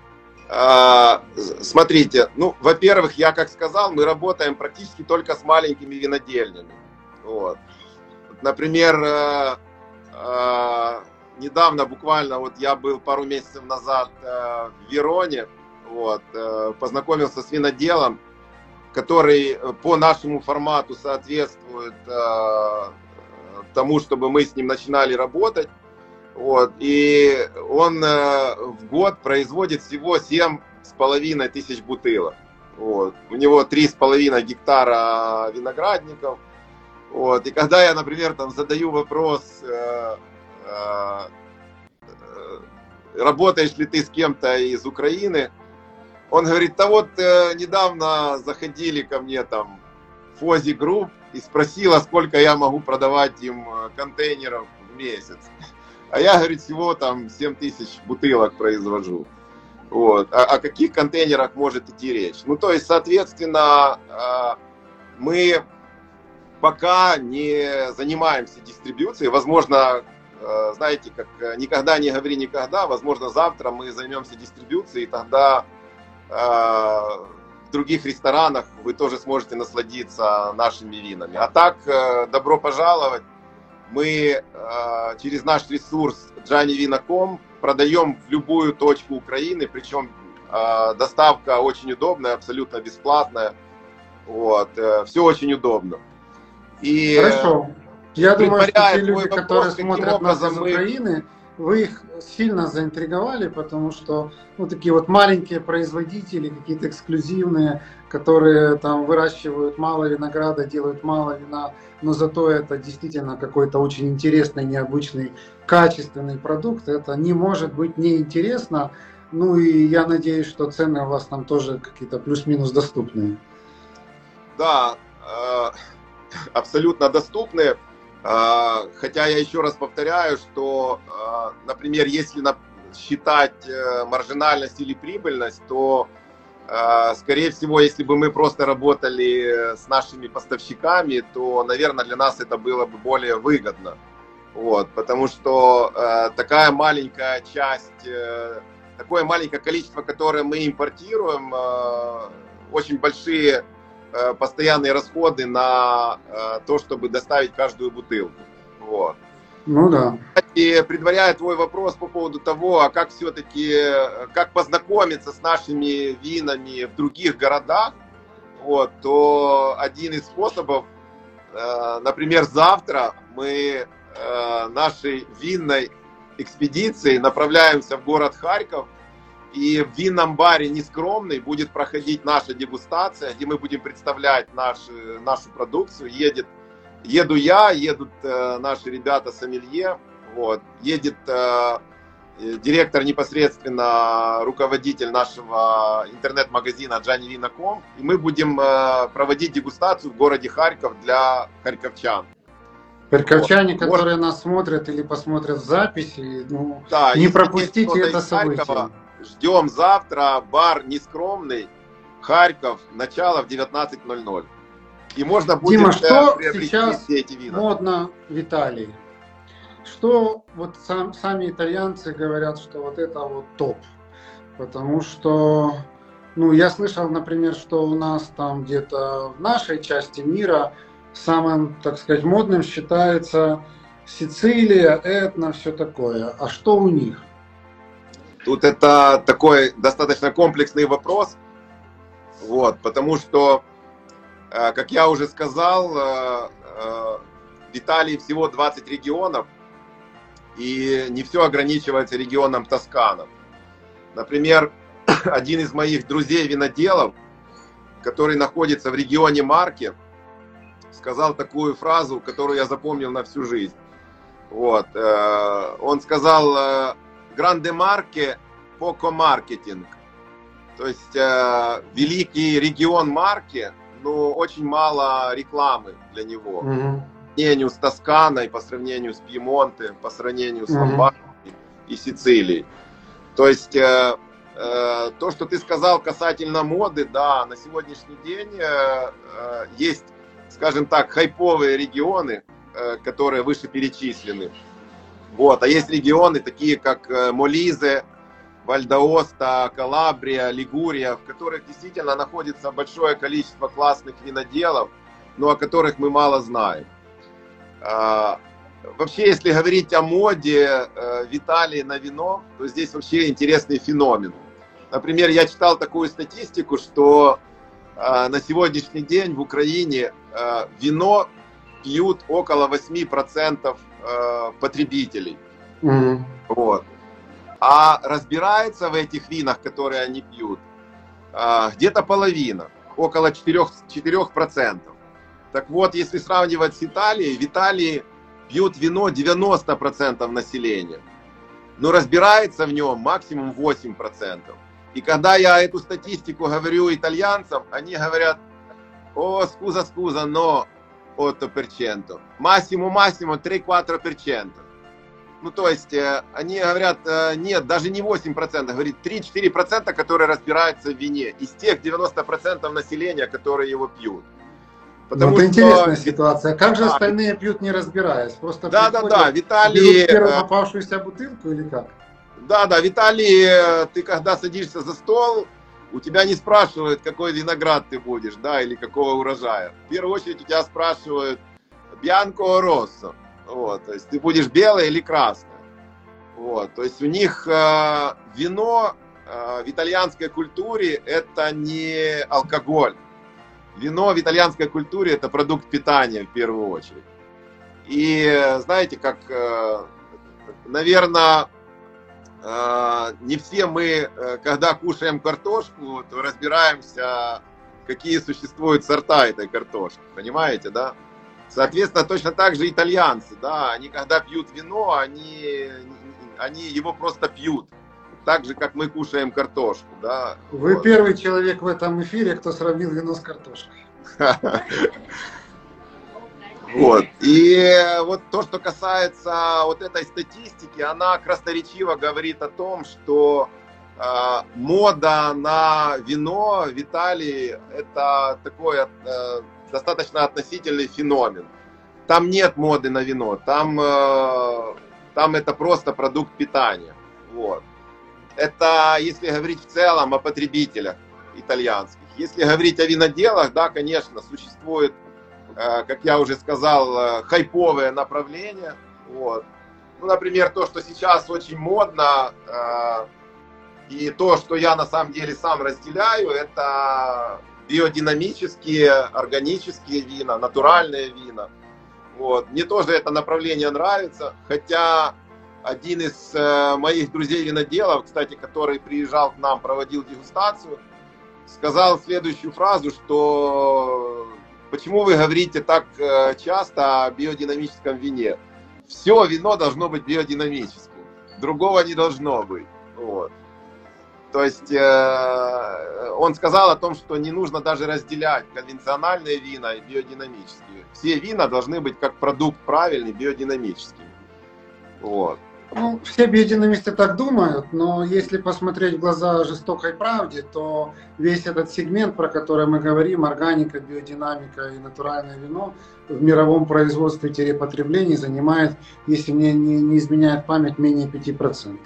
Смотрите, ну, во-первых, я как сказал, мы работаем практически только с маленькими винодельнями. Вот. Например, недавно, буквально, вот я был пару месяцев назад в Вероне, вот, познакомился с виноделом, который по нашему формату соответствует тому, чтобы мы с ним начинали работать. Вот. И он в год производит всего 7,5 тысяч бутылок. Вот. У него 3,5 гектара виноградников. Вот. И когда я, например, там задаю вопрос, работаешь ли ты с кем-то из Украины, он говорит: да вот недавно заходили ко мне там Фози Групп и спросила, сколько я могу продавать им контейнеров в месяц. А я, говорит, всего там 7 тысяч бутылок произвожу. Вот. О каких контейнерах может идти речь? Ну, то есть, соответственно, мы пока не занимаемся дистрибьюцией. Возможно, знаете, как никогда не говори никогда, возможно, завтра мы займемся дистрибьюцией, и тогда в других ресторанах вы тоже сможете насладиться нашими винами. А так, добро пожаловать. Мы через наш ресурс johnnyvino.com продаем в любую точку Украины, причем доставка очень удобная, абсолютно бесплатная. Вот, все очень удобно. И, хорошо. Я думаю, что те люди, которые смотрят нас из Украины, вы их сильно заинтриговали, потому что ну, такие вот маленькие производители, какие-то эксклюзивные, которые там выращивают мало винограда, делают мало вина, но зато это действительно какой-то очень интересный, необычный, качественный продукт. Это не может быть неинтересно. Ну и я надеюсь, что цены у вас там тоже какие-то плюс-минус доступные. Да, абсолютно доступны. Хотя я еще раз повторяю, что, например, если считать маржинальность или прибыльность, то, скорее всего, если бы мы просто работали с нашими поставщиками, то, наверное, для нас это было бы более выгодно. Вот, потому что такая маленькая часть, такое маленькое количество, которое мы импортируем, очень большие постоянные расходы на то, чтобы доставить каждую бутылку. Вот. Ну да. И предваряя твой вопрос по поводу того, а как все-таки, как познакомиться с нашими винами в других городах, вот, то один из способов, например, завтра мы нашей винной экспедицией направляемся в город Харьков, и в винном баре «Нескромный» будет проходить наша дегустация, где мы будем представлять нашу продукцию. Еду я, едут наши ребята-сомелье, вот, едет директор непосредственно, руководитель нашего интернет-магазина JanniVino.com, и мы будем проводить дегустацию в городе Харьков для харьковчан. Харьковчане, вот, которые нас смотрят или посмотрят в записи, ну, да, не пропустите это событие. Харькова, ждем завтра, бар «Нескромный», Харьков, начало в 19:00. И можно будет Дима, что приобрести сейчас все эти вина. Модно в Италии? Что вот сами итальянцы говорят, что вот это вот топ? Потому что, ну, я слышал, например, что у нас там где-то в нашей части мира самым, так сказать, модным считается Сицилия, Этна, все такое. А что у них? Тут это такой достаточно комплексный вопрос, вот, потому что, как я уже сказал, в Италии всего 20 регионов, и не все ограничивается регионом Тоскана. Например, один из моих друзей-виноделов, который находится в регионе Марке, сказал такую фразу, которую я запомнил на всю жизнь. Вот. Он сказал: «Гранде Марке, поко маркетинг». То есть великий регион Марке, но очень мало рекламы для него. По сравнению с Тосканой, по сравнению с Пьемонте, по сравнению с Ломбардией и Сицилией. То есть то, что ты сказал касательно моды, да, на сегодняшний день есть, скажем так, хайповые регионы, которые выше перечислены. Вот. А есть регионы, такие как Молизе, Вальдаоста, Калабрия, Лигурия, в которых действительно находится большое количество классных виноделов, но о которых мы мало знаем. Вообще, если говорить о моде в Италии на вино, то здесь вообще интересный феномен. Например, я читал такую статистику, что на сегодняшний день в Украине вино пьют около 8% потребителей. Вот. А разбирается в этих винах, которые они пьют, где-то половина, около 4%. Так вот, если сравнивать с Италией, в Италии пьют вино 90% населения, но разбирается в нем максимум 8%. И когда я эту статистику говорю итальянцам, они говорят: «О, скуза, но 8%, массимум 3-4%». Ну, то есть, они говорят, нет, даже не 8%, говорит 3-4%, которые разбираются в вине, из тех 90% населения, которые его пьют. Потому это интересная ситуация. Как же остальные пьют, не разбираясь? Просто да, в Италии берут первую попавшуюся бутылку или как? Да, в Италии ты когда садишься за стол, у тебя не спрашивают, какой виноград ты будешь, да, или какого урожая. В первую очередь у тебя спрашивают bianco o rosso. Вот, то есть ты будешь белое или красное. Вот, то есть у них вино в итальянской культуре это не алкоголь. Вино в итальянской культуре это продукт питания в первую очередь. И знаете, как наверное, не все мы, когда кушаем картошку, то разбираемся, какие существуют сорта этой картошки, понимаете, да? Соответственно, точно так же итальянцы, да, они когда пьют вино, они его просто пьют, так же, как мы кушаем картошку, да. Вы вот. Первый человек в этом эфире, кто сравнил вино с картошкой. Вот. И вот то, что касается вот этой статистики, она красноречиво говорит о том, что мода на вино в Италии это такой достаточно относительный феномен. Там нет моды на вино, там это просто продукт питания. Вот. Это если говорить в целом о потребителях итальянских. Если говорить о виноделах, да, конечно, существует, как я уже сказал, хайповое направление. Вот. Ну, например, то, что сейчас очень модно, и то, что я на самом деле сам разделяю, это биодинамические, органические вина, натуральные вина. Вот. Мне тоже это направление нравится, хотя один из моих друзей-виноделов, кстати, который приезжал к нам, проводил дегустацию, сказал следующую фразу, что почему вы говорите так часто о биодинамическом вине? Все вино должно быть биодинамическим, другого не должно быть. Вот. То есть он сказал о том, что не нужно даже разделять конвенциональные вина и биодинамические. Все вина должны быть как продукт правильный, биодинамический. Вот. Ну, все биодинамисты так думают, но если посмотреть в глаза жестокой правде, то весь этот сегмент, про который мы говорим, органика, биодинамика и натуральное вино, в мировом производстве-потреблении занимает, если мне не изменяет память, менее 5%.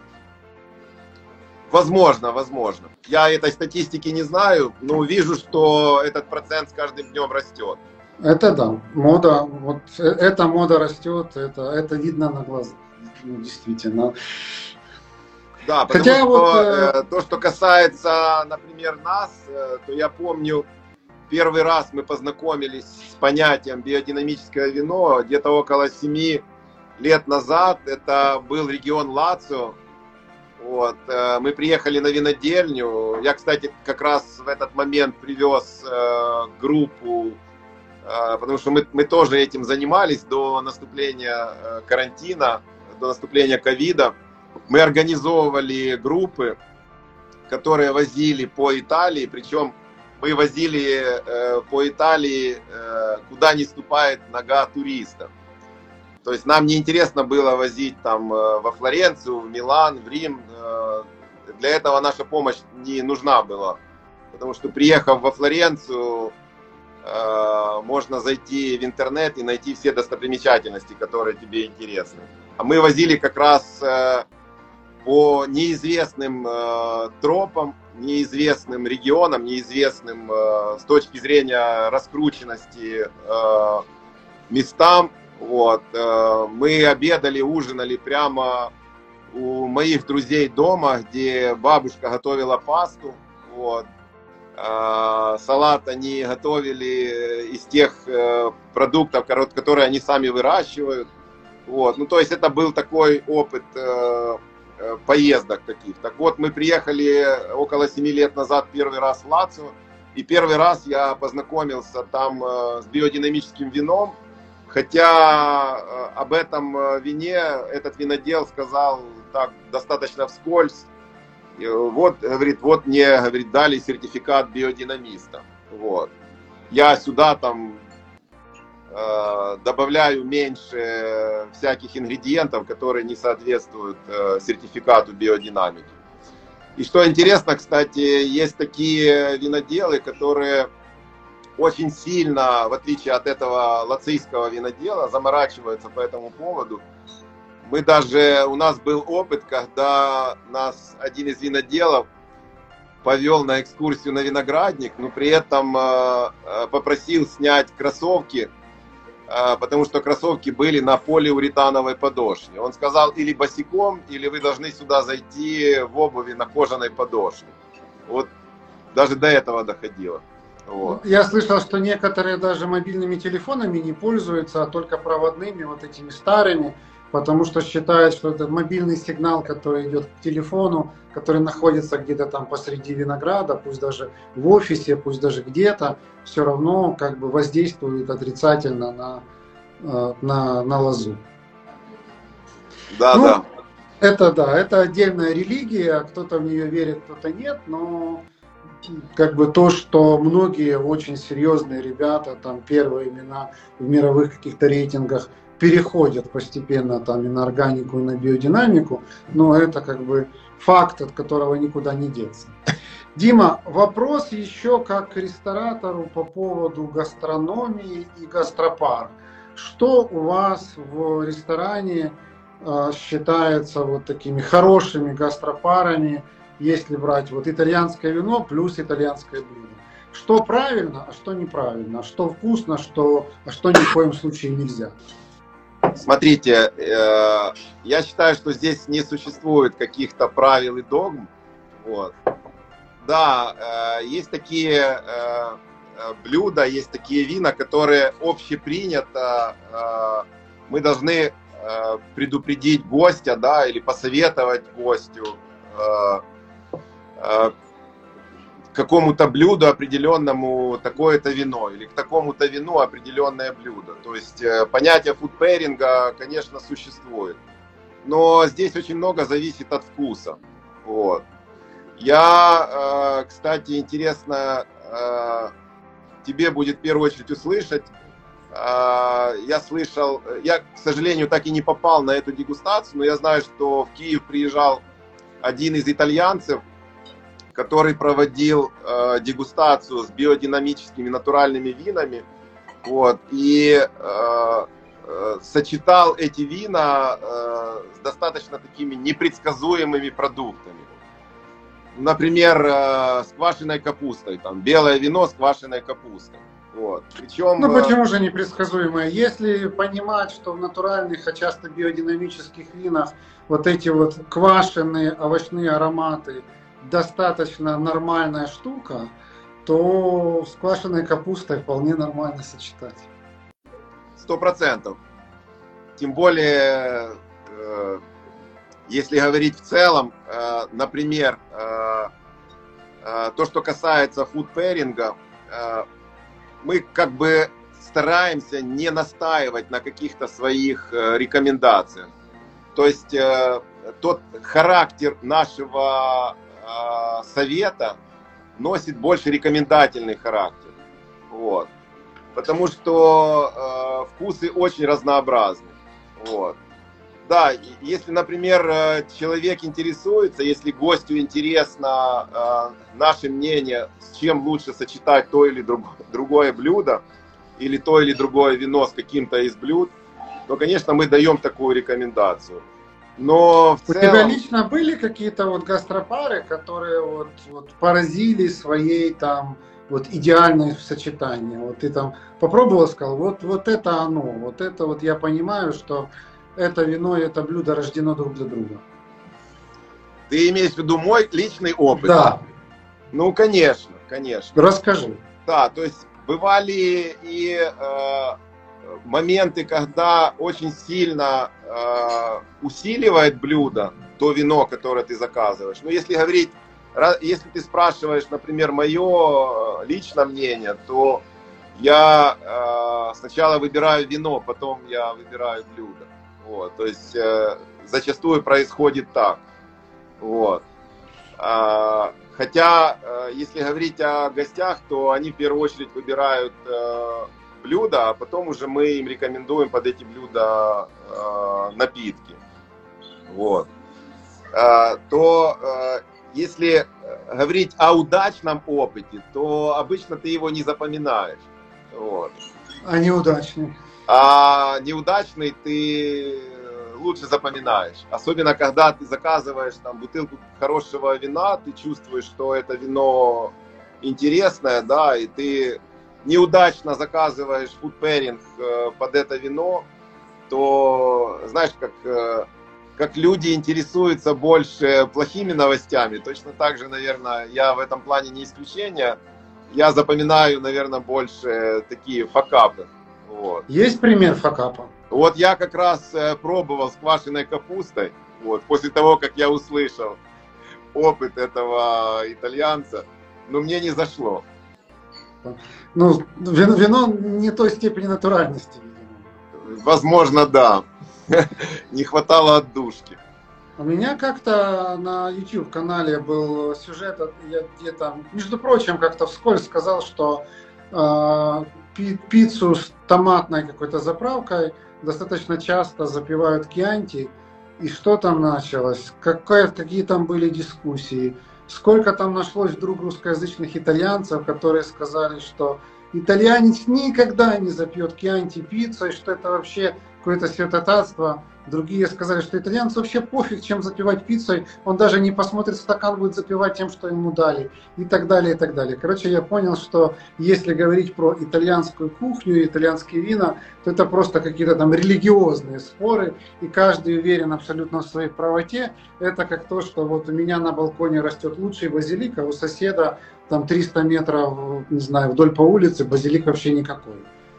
Возможно. Я этой статистики не знаю, но вижу, что этот процент с каждым днем растет. Это да, мода, вот эта мода растет, это видно на глазах. Ну, действительно. Да, потому Хотя что вот, то, что касается, например, нас, то я помню, первый раз мы познакомились с понятием биодинамическое вино где-то около 7 лет назад. Это был регион Лацио. Вот. Мы приехали на винодельню. Я, кстати, как раз в этот момент привез группу, потому что мы тоже этим занимались до наступления карантина, до наступления ковида. Мы организовывали группы, которые возили по Италии, причем мы возили по Италии, куда не ступает нога туристов. То есть нам не интересно было возить там во Флоренцию, в Милан, в Рим. Для этого наша помощь не нужна была. Потому что, приехав во Флоренцию, можно зайти в интернет и найти все достопримечательности, которые тебе интересны. А мы возили как раз по неизвестным тропам, неизвестным регионам, неизвестным с точки зрения раскрученности местам. Вот. Мы обедали, ужинали прямо у моих друзей дома, где бабушка готовила пасту. Вот. Салат они готовили из тех продуктов, которые они сами выращивают. Вот. Ну, то есть это был такой опыт поездок таких. Так вот, мы приехали около 7 лет назад первый раз в Лацио, и первый раз я познакомился там с биодинамическим вином. Хотя об этом вине этот винодел сказал так достаточно вскользь. Вот, говорит, вот мне, говорит, дали сертификат биодинамиста. Вот. Я сюда там добавляю меньше всяких ингредиентов, которые не соответствуют сертификату биодинамики. И что интересно, кстати, есть такие виноделы, которые очень сильно, в отличие от этого лацийского винодела, заморачиваются по этому поводу. У нас был опыт, когда нас один из виноделов повел на экскурсию на виноградник, но при этом попросил снять кроссовки, потому что кроссовки были на полиуретановой подошве. Он сказал, или босиком, или вы должны сюда зайти в обуви на кожаной подошве. Вот даже до этого доходило. Вот. Я слышал, что некоторые даже мобильными телефонами не пользуются, а только проводными, вот этими старыми, потому что считают, что этот мобильный сигнал, который идет к телефону, который находится где-то там посреди винограда, пусть даже в офисе, пусть даже где-то, все равно как бы воздействует отрицательно на лозу. Да, ну, да. Это отдельная религия, кто-то в нее верит, кто-то нет, но как бы то, что многие очень серьезные ребята, там первые имена в мировых каких-то рейтингах переходят постепенно там и на органику, и на биодинамику, но это как бы факт, от которого никуда не деться. Дима, вопрос еще как ресторатору по поводу гастрономии и гастропар. Что у вас в ресторане считается вот такими хорошими гастропарами, если брать вот итальянское вино плюс итальянское блюдо? Что правильно, а что неправильно? Что вкусно, а что ни в коем случае нельзя? Смотрите, я считаю, что здесь не существует каких-то правил и догм. Вот. Да, есть такие блюда, есть такие вина, которые общепринято. Мы должны предупредить гостя, да, или посоветовать гостю к какому-то блюду определенному такое-то вино, или к такому-то вину определенное блюдо. То есть понятие фудпейринга, конечно, существует. Но здесь очень много зависит от вкуса. Вот. Я, кстати, интересно, тебе будет в первую очередь услышать. Я слышал, я, к сожалению, так и не попал на эту дегустацию, но я знаю, что в Киев приезжал один из итальянцев, который проводил дегустацию с биодинамическими натуральными винами, вот, и сочетал эти вина с достаточно такими непредсказуемыми продуктами. Например, с квашеной капустой, там, белое вино с квашеной капустой. Вот. Причем, ну почему же непредсказуемое? Если понимать, что в натуральных, а часто биодинамических винах вот эти вот квашеные овощные ароматы достаточно нормальная штука, то с квашеной капустой вполне нормально сочетать. 100%. Тем более, если говорить в целом, например, то, что касается фудпейринга, мы как бы стараемся не настаивать на каких-то своих рекомендациях. То есть тот характер нашего совета носит больше рекомендательный характер. Вот. Потому что вкусы очень разнообразны. Вот. Да, если, например, человек интересуется, если гостю интересно наше мнение, с чем лучше сочетать то или другое блюдо, или то или другое вино с каким-то из блюд, то, конечно, мы даем такую рекомендацию. Но в целом... У тебя лично были какие-то вот гастропары, которые вот поразили своей там вот идеальное сочетание? Вот ты там попробовал, сказал, вот это оно, вот это вот я понимаю, что это вино и это блюдо рождено друг для друга. Ты имеешь в виду мой личный опыт? Да. Ну, конечно, конечно. Расскажи. Да, то есть бывали и моменты, когда очень сильно усиливает блюдо то вино, которое ты заказываешь. Но если говорить, если ты спрашиваешь, например, мое личное мнение, то я сначала выбираю вино, потом я выбираю блюдо. Вот, то есть зачастую происходит так. Вот. Хотя, если говорить о гостях, то они в первую очередь выбирают блюда, а потом уже мы им рекомендуем под эти блюда напитки. Вот. То если говорить о удачном опыте, то обычно ты его не запоминаешь. Вот. А неудачный? А неудачный ты лучше запоминаешь. Особенно, когда ты заказываешь там бутылку хорошего вина, ты чувствуешь, что это вино интересное, да, и ты неудачно заказываешь фудпейринг под это вино, то знаешь, как люди интересуются больше плохими новостями, точно так же, наверное, я в этом плане не исключение. Я запоминаю, наверное, больше такие факапы. Вот. Есть пример факапа? Вот я как раз пробовал с квашеной капустой, вот, после того, как я услышал опыт этого итальянца, но мне не зашло. Ну, вино не той степени натуральности, видимо. Возможно, да. Не хватало отдушки. У меня как-то на YouTube-канале был сюжет, я где-то, между прочим, как-то вскользь сказал, что пиццу с томатной какой-то заправкой достаточно часто запивают кьянти. И что там началось? Какие там были дискуссии? Сколько там нашлось вдруг русскоязычных итальянцев, которые сказали, что итальянец никогда не запьет кьянти пиццей, что это вообще какое-то святотатство. Другие сказали, что итальянцу вообще пофиг, чем запивать пиццей, он даже не посмотрит стакан, будет запивать тем, что ему дали, и так далее, и так далее. Короче, я понял, что если говорить про итальянскую кухню и итальянские вина, то это просто какие-то там религиозные споры, и каждый уверен абсолютно в своей правоте. Это как то, что вот у меня на балконе растет лучший базилик, а у соседа там 300 метров, не знаю, вдоль по улице базилик вообще никакой.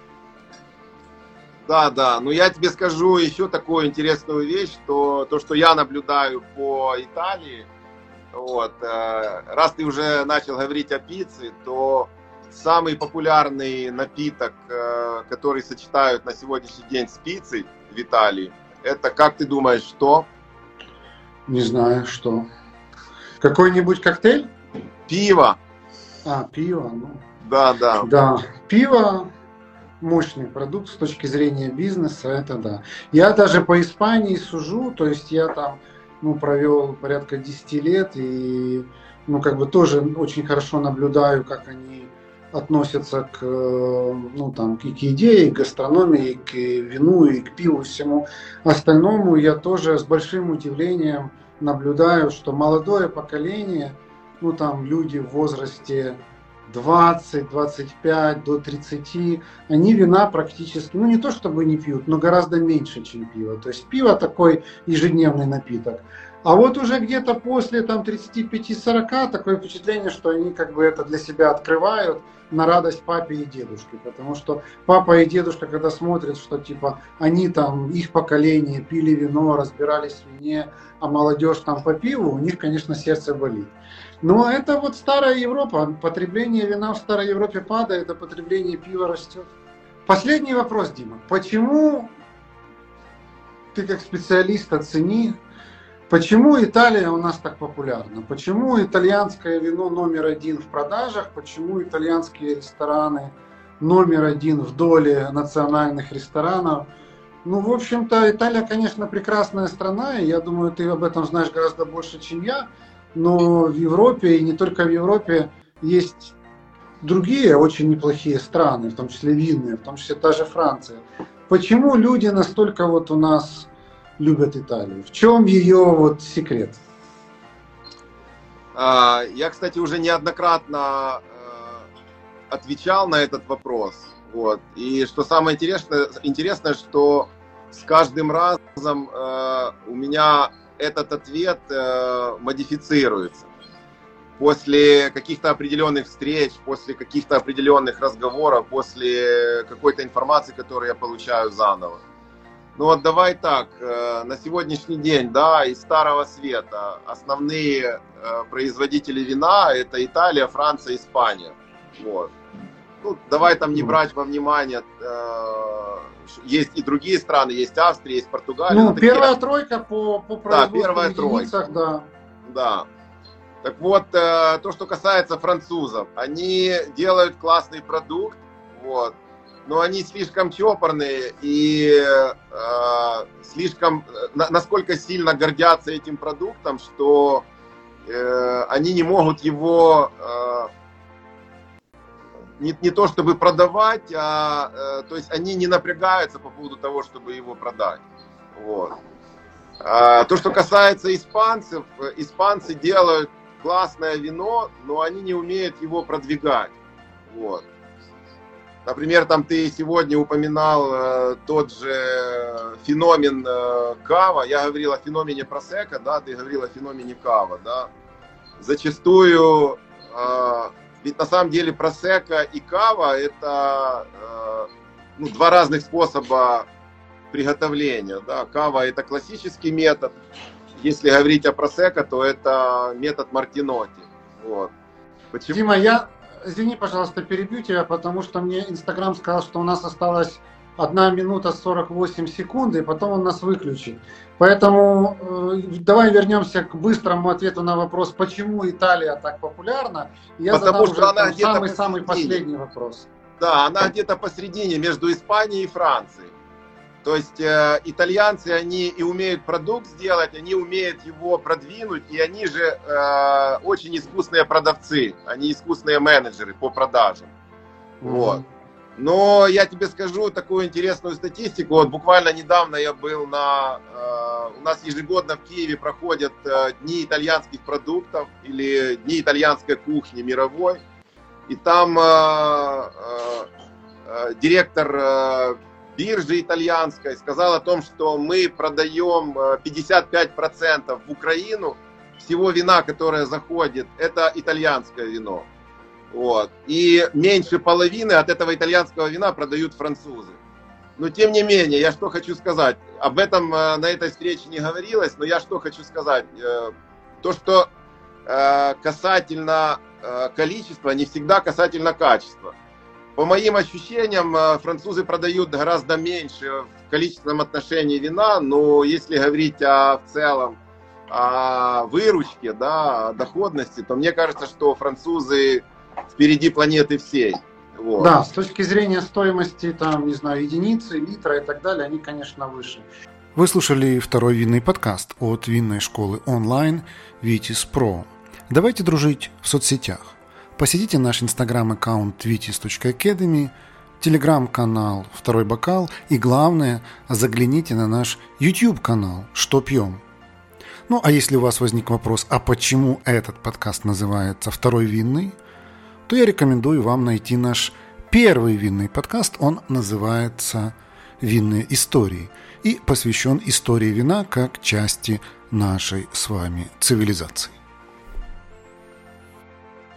Да, но я тебе скажу еще такую интересную вещь, что то, что я наблюдаю по Италии, вот, раз ты уже начал говорить о пицце, то самый популярный напиток, который сочетают на сегодняшний день с пиццей в Италии, это, как ты думаешь, что? Не знаю, что. Какой-нибудь коктейль? Пиво. Пиво, ну. Да. Да, пиво. Мощный продукт с точки зрения бизнеса, это да. Я даже по Испании сужу, то есть я там провел порядка 10 лет и тоже очень хорошо наблюдаю, как они относятся к идее, к гастрономии, к вину и к пиву, всему остальному. Я тоже с большим удивлением наблюдаю, что молодое поколение, люди в возрасте 20, 25 до 30, они вина практически, не то чтобы не пьют, но гораздо меньше, чем пиво. То есть пиво такой ежедневный напиток. А вот уже где-то после 35-40 такое впечатление, что они это для себя открывают на радость папе и дедушке. Потому что папа и дедушка, когда смотрят, что они их поколение пили вино, разбирались в вине, а молодежь по пиву, у них, конечно, сердце болит. Но это вот старая Европа. Потребление вина в старой Европе падает, а потребление пива растет. Последний вопрос, Дима. Почему, ты как специалист оцени, почему Италия у нас так популярна? Почему итальянское вино номер один в продажах? Почему итальянские рестораны номер один в доле национальных ресторанов? В общем-то, Италия, конечно, прекрасная страна, и я думаю, ты об этом знаешь гораздо больше, чем я. Но в Европе, и не только в Европе, есть другие очень неплохие страны, в том числе винные, в том числе та же Франция. Почему люди настолько у нас любят Италию? В чем ее секрет? Я, кстати, уже неоднократно отвечал на этот вопрос. Вот. И что самое интересное, что с каждым разом у меня этот ответ модифицируется. После каких-то определенных встреч, после каких-то определенных разговоров, после какой-то информации, которую я получаю заново. Давай так, на сегодняшний день, из Старого Света основные производители вина — это Италия, Франция, Испания. Вот. Давай не брать во внимание, есть и другие страны, есть Австрия, есть Португалия. Первая тройка по производству первая единицах, тройка. Да. Так вот, то, что касается французов, они делают классный продукт, вот, но они слишком чопорные и слишком, насколько сильно гордятся этим продуктом, что они не могут его не то чтобы продавать, то есть они не напрягаются по поводу того, чтобы его продать. Вот. То, что касается испанцев, испанцы делают классное вино, но они не умеют его продвигать. Вот. Например, ты сегодня упоминал тот же феномен кава. Я говорил о феномене просека, ты говорил о феномене кава. Да? Зачастую, ведь на самом деле просека и кава — это два разных способа приготовления. Да. Кава – это классический метод. Если говорить о просекко, то это метод Мартинотти. Вот. Почему? Дима, извини, пожалуйста, перебью тебя, потому что мне Инстаграм сказал, что у нас осталось 1 минута 48 секунд, и потом он нас выключит. Поэтому давай вернемся к быстрому ответу на вопрос, почему Италия так популярна. Я потому что она самый последний вопрос. Да, она где-то посередине между Испанией и Францией. То есть итальянцы, они и умеют продукт сделать, они умеют его продвинуть, и они же очень искусные продавцы, они искусные менеджеры по продажам. Вот. Но я тебе скажу такую интересную статистику. Вот буквально недавно я был у нас ежегодно в Киеве проходят дни итальянских продуктов или дни итальянской кухни мировой. И там директор биржи итальянской сказал о том, что мы продаем 55% в Украину всего вина, которое заходит, это итальянское вино. Вот. И меньше половины от этого итальянского вина продают французы. Но тем не менее, я что хочу сказать, об этом на этой встрече не говорилось, но я что хочу сказать, то, что касательно количества, не всегда касательно качества. По моим ощущениям, французы продают гораздо меньше в количественном отношении вина, но если говорить в целом о выручке, да, о доходности, то мне кажется, что французы впереди планеты всей. Вот. Да, с точки зрения стоимости, там, не знаю, единицы, литра и так далее, они, конечно, выше. Вы слушали второй винный подкаст от винной школы онлайн Vitis Pro. Давайте дружить в соцсетях. Посетите наш инстаграм-аккаунт vitis.academy, телеграм-канал «Второй бокал» и, главное, загляните на наш YouTube-канал «Что пьем?». Ну, а если у вас возник вопрос, а почему этот подкаст называется «Второй винный?», то я рекомендую вам найти наш первый винный подкаст. Он называется «Винные истории» и посвящен истории вина как части нашей с вами цивилизации.